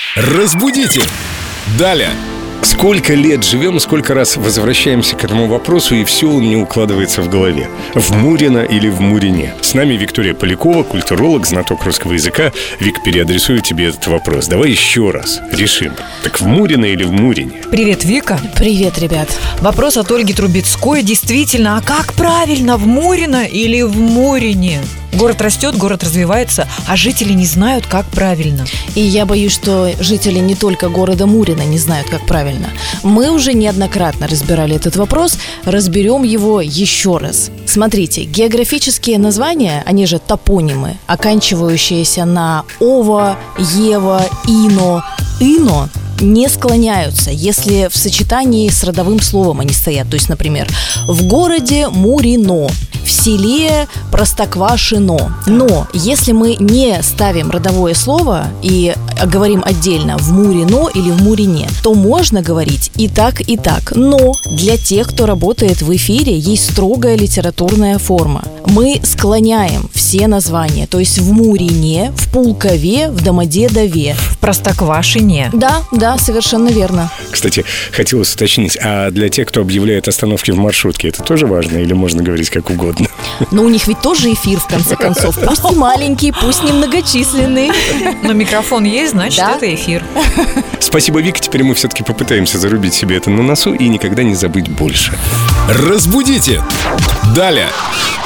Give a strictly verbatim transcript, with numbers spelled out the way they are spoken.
Разбудите! Далее! Сколько лет живем, сколько раз возвращаемся к этому вопросу, и все он не укладывается в голове. В Мурино или в Мурине? С нами Виктория Полякова, культуролог, знаток русского языка. Вик, переадресую тебе этот вопрос. Давай еще раз решим. Так в Мурино или в Мурине? Привет, Вика. Привет, ребят. Вопрос от Ольги Трубецкой. Действительно, а как правильно, в Мурино или в Мурине? Город растет, город развивается, а жители не знают, как правильно. И я боюсь, что жители не только города Мурино не знают, как правильно. Мы уже неоднократно разбирали этот вопрос, разберем его еще раз. Смотрите, географические названия, они же топонимы, оканчивающиеся на ово, ево, ино, ино, не склоняются, если в сочетании с родовым словом они стоят. То есть, например, в городе Мурино, в селе Простоквашино. Но если мы не ставим родовое слово и говорим отдельно в Мурино или в Мурине, то можно говорить и так, и так. Но для тех, кто работает в эфире, есть строгая литературная форма. Мы склоняем все названия, то есть в Мурине, в Пулкове, в Домодедове. В Простоквашине. Да, да, совершенно верно. Кстати, хотелось уточнить, а для тех, кто объявляет остановки в маршрутке, это тоже важно или можно говорить как угодно? Но у них ведь тоже эфир, в конце концов. Пусть и маленький, пусть немногочисленный. Но микрофон есть, значит, Да. это эфир. Спасибо, Вика. Теперь мы все-таки попытаемся зарубить себе это на носу и никогда не забыть больше. Разбудите! Далее!